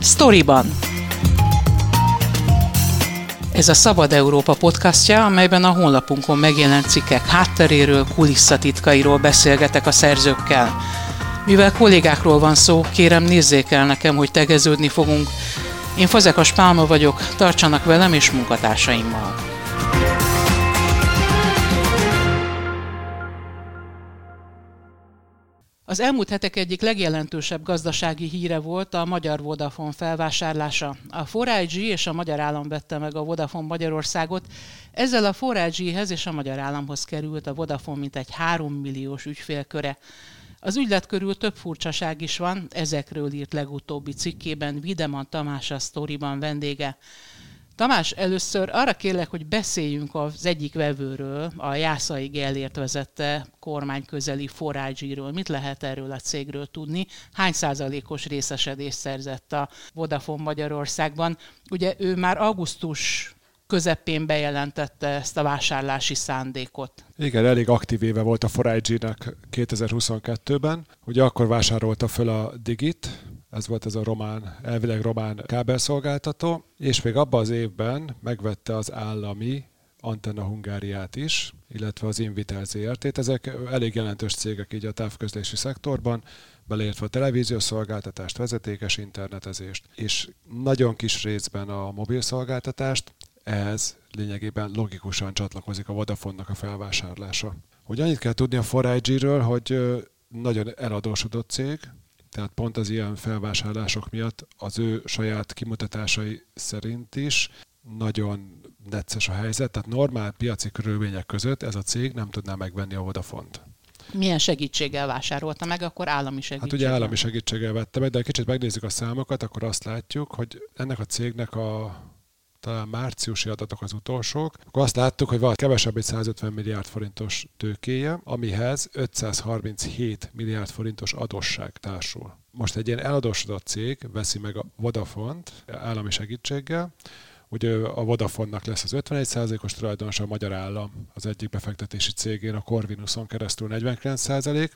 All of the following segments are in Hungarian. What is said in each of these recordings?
Sztoriban. Ez a Szabad Európa podcastja, amelyben a honlapunkon megjelent cikkek hátteréről, kulisszatitkairól beszélgetek a szerzőkkel. Mivel kollégákról van szó, kérem nézzék el nekem, hogy tegeződni fogunk. Én Fazekas Pálma vagyok, tartsanak velem és munkatársaimmal. Az elmúlt hetek egyik legjelentősebb gazdasági híre volt a magyar Vodafone felvásárlása. A 4iG és a magyar állam vette meg a Vodafone Magyarországot. Ezzel a 4iG-hez és a magyar államhoz került a Vodafone mintegy 3 milliós ügyfélköre. Az ügylet körül több furcsaság is van, ezekről írt legutóbbi cikkében Videman Tamás a Sztoriban vendége. Tamás, először arra kérlek, hogy beszéljünk az egyik vevőről, a Jászai Gellért vezette kormányközeli 4iG-ről. Mit lehet erről a cégről tudni? Hány százalékos részesedést szerzett a Vodafone Magyarországban? Ugye ő már augusztus közepén bejelentette ezt a vásárlási szándékot. Igen, elég aktív éve volt a 4iG-nek 2022-ben. Ugye akkor vásárolta föl a Digit, ez volt ez a elvileg román kábelszolgáltató, és még abban az évben megvette az állami Antenna Hungáriát is, illetve az Invitel Zrt-t. Ezek elég jelentős cégek így a távközlési szektorban, beleértve a televíziós szolgáltatást, vezetékes internetezést, és nagyon kis részben a mobil szolgáltatást. Ehhez lényegében logikusan csatlakozik a Vodafone-nak a felvásárlása. Hogy annyit kell tudni a 4iG-ről, hogy nagyon eladósodott cég, tehát pont az ilyen felvásárlások miatt az ő saját kimutatásai szerint is nagyon necces a helyzet, tehát normál piaci körülmények között ez a cég nem tudná megvenni a Vodafont. Milyen segítséggel vásárolta meg, akkor állami segítséggel? Hát ugye állami segítséggel vette meg, de kicsit megnézzük a számokat, akkor azt látjuk, hogy ennek a cégnek talán márciusi adatok az utolsók, akkor azt láttuk, hogy van kevesebb, mint 150 milliárd forintos tőkéje, amihez 537 milliárd forintos adósság társul. Most egy ilyen eladósodott cég veszi meg a Vodafont állami segítséggel, ugye a Vodafone-nak lesz az 51%-os tulajdonosa, a magyar állam az egyik befektetési cégén, a Corvinuson keresztül 49%,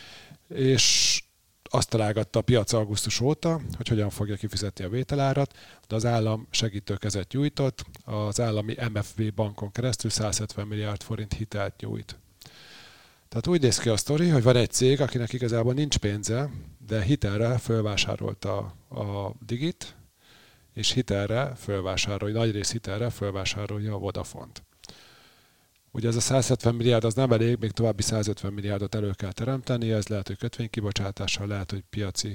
és azt találgatta a piac augusztus óta, hogy hogyan fogja kifizetni a vételárat, de az állam segítő kezet nyújtott, az állami MFV bankon keresztül 170 milliárd forint hitelt nyújt. Tehát úgy néz ki a sztori, hogy van egy cég, akinek igazából nincs pénze, de hitelre fölvásárolta a Digit, és nagy rész hitelre fölvásárolja a Vodafont. Ugye ez a 170 milliárd az nem elég, még további 150 milliárdot elő kell teremteni, ez lehet, hogy kötvénykibocsátással, lehet, hogy piaci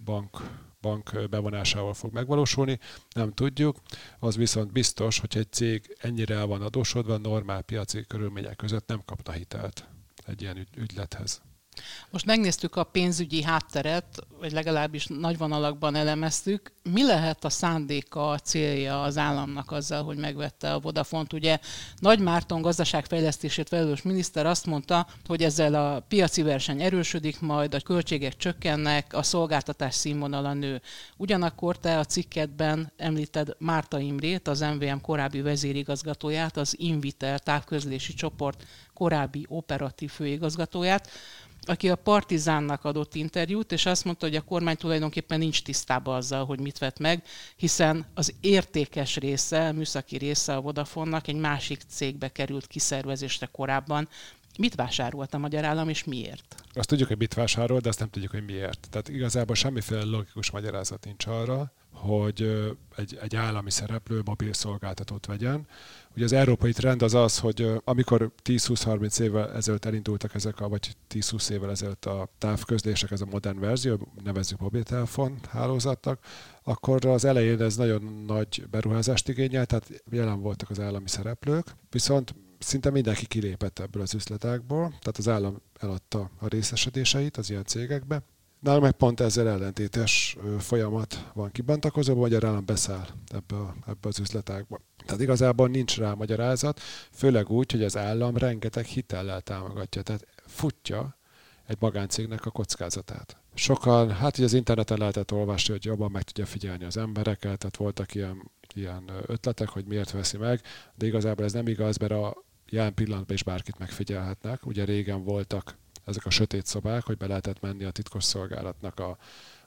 bank bevonásával fog megvalósulni, nem tudjuk. Az viszont biztos, hogy egy cég ennyire el van adósodva, normál piaci körülmények között nem kapna hitelt egy ilyen ügylethez. Most megnéztük a pénzügyi hátteret, vagy legalábbis nagy vonalakban elemeztük. Mi lehet a szándéka, a célja az államnak azzal, hogy megvette a Vodafont? Ugye Nagy Márton gazdaságfejlesztésért felelős miniszter azt mondta, hogy ezzel a piaci verseny erősödik majd, a költségek csökkennek, a szolgáltatás színvonala nő. Ugyanakkor te a cikkedben említed Márta Imrét, az MVM korábbi vezérigazgatóját, az Invitel távközlési csoport korábbi operatív főigazgatóját, aki a Partizánnak adott interjút, és azt mondta, hogy a kormány tulajdonképpen nincs tisztában azzal, hogy mit vett meg, hiszen az értékes része, műszaki része a Vodafone-nak egy másik cégbe került kiszervezésre korábban. Mit vásárolt a magyar állam, és miért? Azt tudjuk, hogy mit vásárolt, de azt nem tudjuk, hogy miért. Tehát igazából semmiféle logikus magyarázat nincs arra, hogy egy állami szereplő mobil szolgáltatót vegyen. Ugye az európai trend az, hogy amikor 10-20-30 évvel ezelőtt elindultak vagy 10-20 évvel ezelőtt a távközlések, ez a modern verzió, nevezzük mobiltelefon hálózatnak, akkor az elején ez nagyon nagy beruházást igényelt, tehát jelen voltak az állami szereplők, viszont szinte mindenki kilépett ebből az üzletágból, tehát az állam eladta a részesedéseit az ilyen cégekbe. Nálunk meg pont ezzel ellentétes folyamat van kibontakozóban, a magyar állam beszáll ebbe az üzletágba. Tehát igazából nincs rá magyarázat, főleg úgy, hogy az állam rengeteg hitellel támogatja, tehát futja egy magáncégnek a kockázatát. Sokan, ugye az interneten lehetett olvasni, hogy jobban meg tudja figyelni az embereket, tehát voltak ilyen ötletek, hogy miért veszi meg, de igazából ez nem igaz, mert a jelen pillanatban is bárkit megfigyelhetnek. Ugye régen voltak ezek a sötét szobák, hogy be lehetett menni a titkosszolgálatnak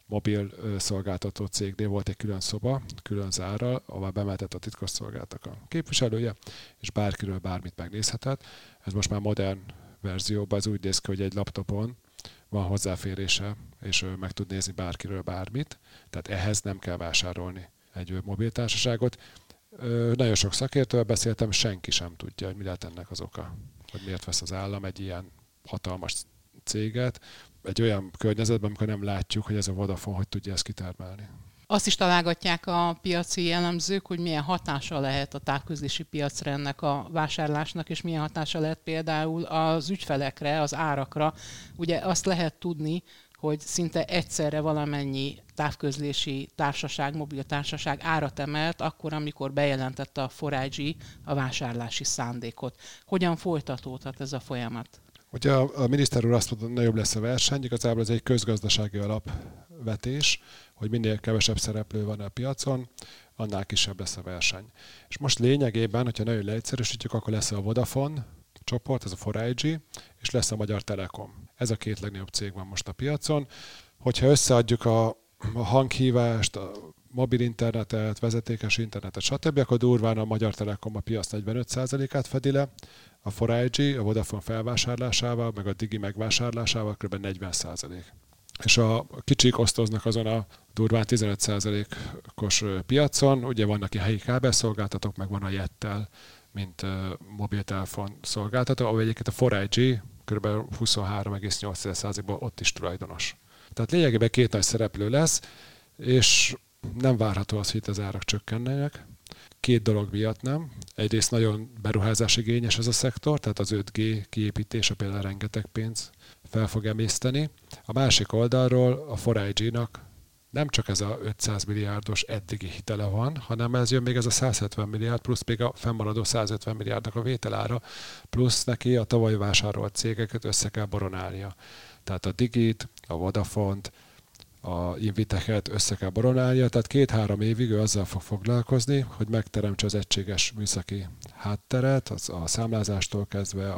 mobil szolgáltató cégnél volt egy külön szoba, külön zárral, ahová bemehetett a titkosszolgálatnak a képviselője, és bárkiről bármit megnézhetett. Ez most már modern verzióban, ez úgy néz ki, hogy egy laptopon van hozzáférése, és meg tud nézni bárkiről bármit, tehát ehhez nem kell vásárolni egy mobiltársaságot. Nagyon sok szakértővel beszéltem, senki sem tudja, hogy mi lehet ennek az oka, hogy miért vesz az állam egy ilyen hatalmas céget, egy olyan környezetben, amikor nem látjuk, hogy ez a Vodafone hogy tudja ezt kitermelni. Azt is találgatják a piaci elemzők, hogy milyen hatása lehet a távközlési piacra ennek a vásárlásnak, és milyen hatása lehet például az ügyfelekre, az árakra. Ugye azt lehet tudni, hogy szinte egyszerre valamennyi távközlési társaság, mobiltársaság árat emelt, akkor, amikor bejelentette a 4G a vásárlási szándékot. Hogyan folytatódhat ez a folyamat? Ugye a miniszter úr azt mondta, hogy nagyobb lesz a verseny, igazából ez egy közgazdasági alapvetés, hogy minél kevesebb szereplő van a piacon, annál kisebb lesz a verseny. És most lényegében, hogyha nagyon leegyszerűsítjük, akkor lesz a Vodafone csoport, ez a 4G, és lesz a Magyar Telekom. Ez a két legnagyobb cég van most a piacon. Hogyha összeadjuk a hanghívást, a mobil internetet, vezetékes internetet, stb., akkor durván a Magyar Telekom a piac 45%-át fedi le, a 4G, a Vodafone felvásárlásával, meg a Digi megvásárlásával kb. 40%. És a kicsik osztoznak azon a durván 15%-os piacon, ugye vannak ilyen helyi kábelszolgáltatók, meg van a Jettel, mint mobiltelefon szolgáltató, ahol egyébként a 4G kb. 23,8%-ban ott is tulajdonos. Tehát lényegében két nagy szereplő lesz, és nem várható az, hogy itt az árak csökkennek. Két dolog miatt nem. Egyrészt nagyon beruházásigényes ez a szektor, tehát az 5G kiépítése például rengeteg pénz fel fog emészteni. A másik oldalról a 4G-nak nem csak ez a 500 milliárdos eddigi hitele van, hanem ez jön még ez a 170 milliárd, plusz még a fennmaradó 150 milliárdnak a vételára, plusz neki a tavaly vásárolt cégeket össze kell boronálnia. Tehát a Digit, a Vodafont, a Inviteket össze kell boronálnia, tehát 2-3 évig ő azzal fog foglalkozni, hogy megteremtse az egységes műszaki hátteret, a számlázástól kezdve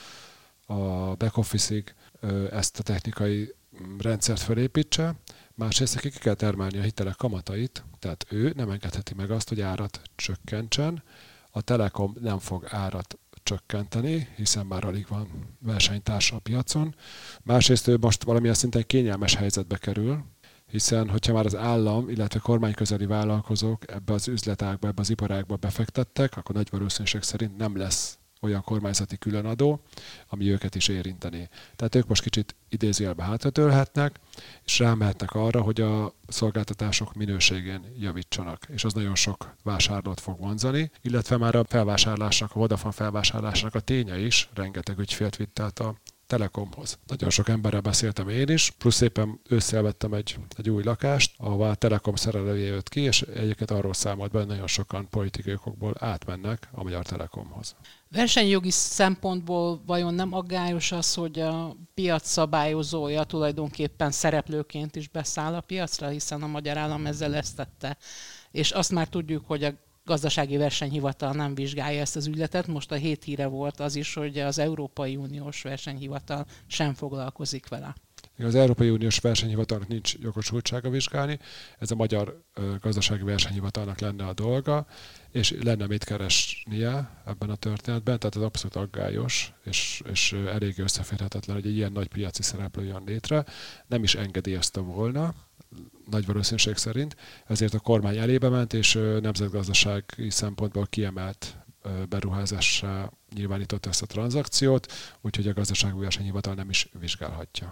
a back office-ig ezt a technikai rendszert felépítse. Másrészt neki ki kell termelni a hitelek kamatait, tehát ő nem engedheti meg azt, hogy árat csökkentsen. A Telekom nem fog árat csökkenteni, hiszen már alig van versenytársa a piacon. Másrészt ő most valamilyen szinten kényelmes helyzetbe kerül, hiszen hogyha már az állam, illetve kormányközeli vállalkozók ebbe az üzletágba, ebbe az iparágba befektettek, akkor nagy valószínűség szerint nem lesz olyan kormányzati különadó, ami őket is érinteni. Tehát ők most kicsit idézőjelbe hátradőlhetnek, és rámehetnek arra, hogy a szolgáltatások minőségén javítsanak, és az nagyon sok vásárlót fog vonzani, illetve már a felvásárlásnak, a Vodafone felvásárlásnak a ténye is rengeteg ügyfélt vitt át a Telekomhoz. Nagyon sok emberrel beszéltem én is, plusz éppen ősszel vettem egy új lakást, ahová a Telekom szerelője jött ki, és egyébként arról számolt be, hogy nagyon sokan politikai okokból átmennek a Magyar Telekomhoz. Versenyjogi szempontból vajon nem aggályos az, hogy a piac szabályozója tulajdonképpen szereplőként is beszáll a piacra, hiszen a magyar állam ezzel ezt tette, és azt már tudjuk, hogy a gazdasági versenyhivatal nem vizsgálja ezt az ügyletet. Most a hét híre volt az is, hogy az Európai Uniós versenyhivatal sem foglalkozik vele. Az Európai Uniós versenyhivatalnak nincs jogosultsága vizsgálni, ez a Magyar Gazdasági Versenyhivatalnak lenne a dolga, és lenne mit keresnie ebben a történetben, tehát ez abszolút aggályos, és elég összeférhetetlen, hogy egy ilyen nagy piaci szereplő jön létre. Nem is engedélyezte volna, nagy valószínűség szerint, ezért a kormány elébe ment, és nemzetgazdasági szempontból kiemelt beruházássá nyilvánította ezt a tranzakciót, úgyhogy a Gazdasági Versenyhivatal nem is vizsgálhatja.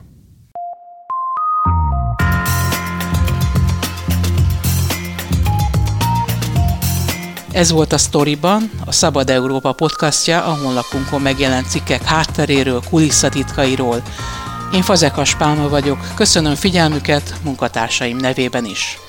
Ez volt a Sztoriban, a Szabad Európa podcastja, a honlapunkon megjelent cikkek hátteréről, kulisszatitkairól. Én Fazekas Pálma vagyok, köszönöm figyelmüket munkatársaim nevében is.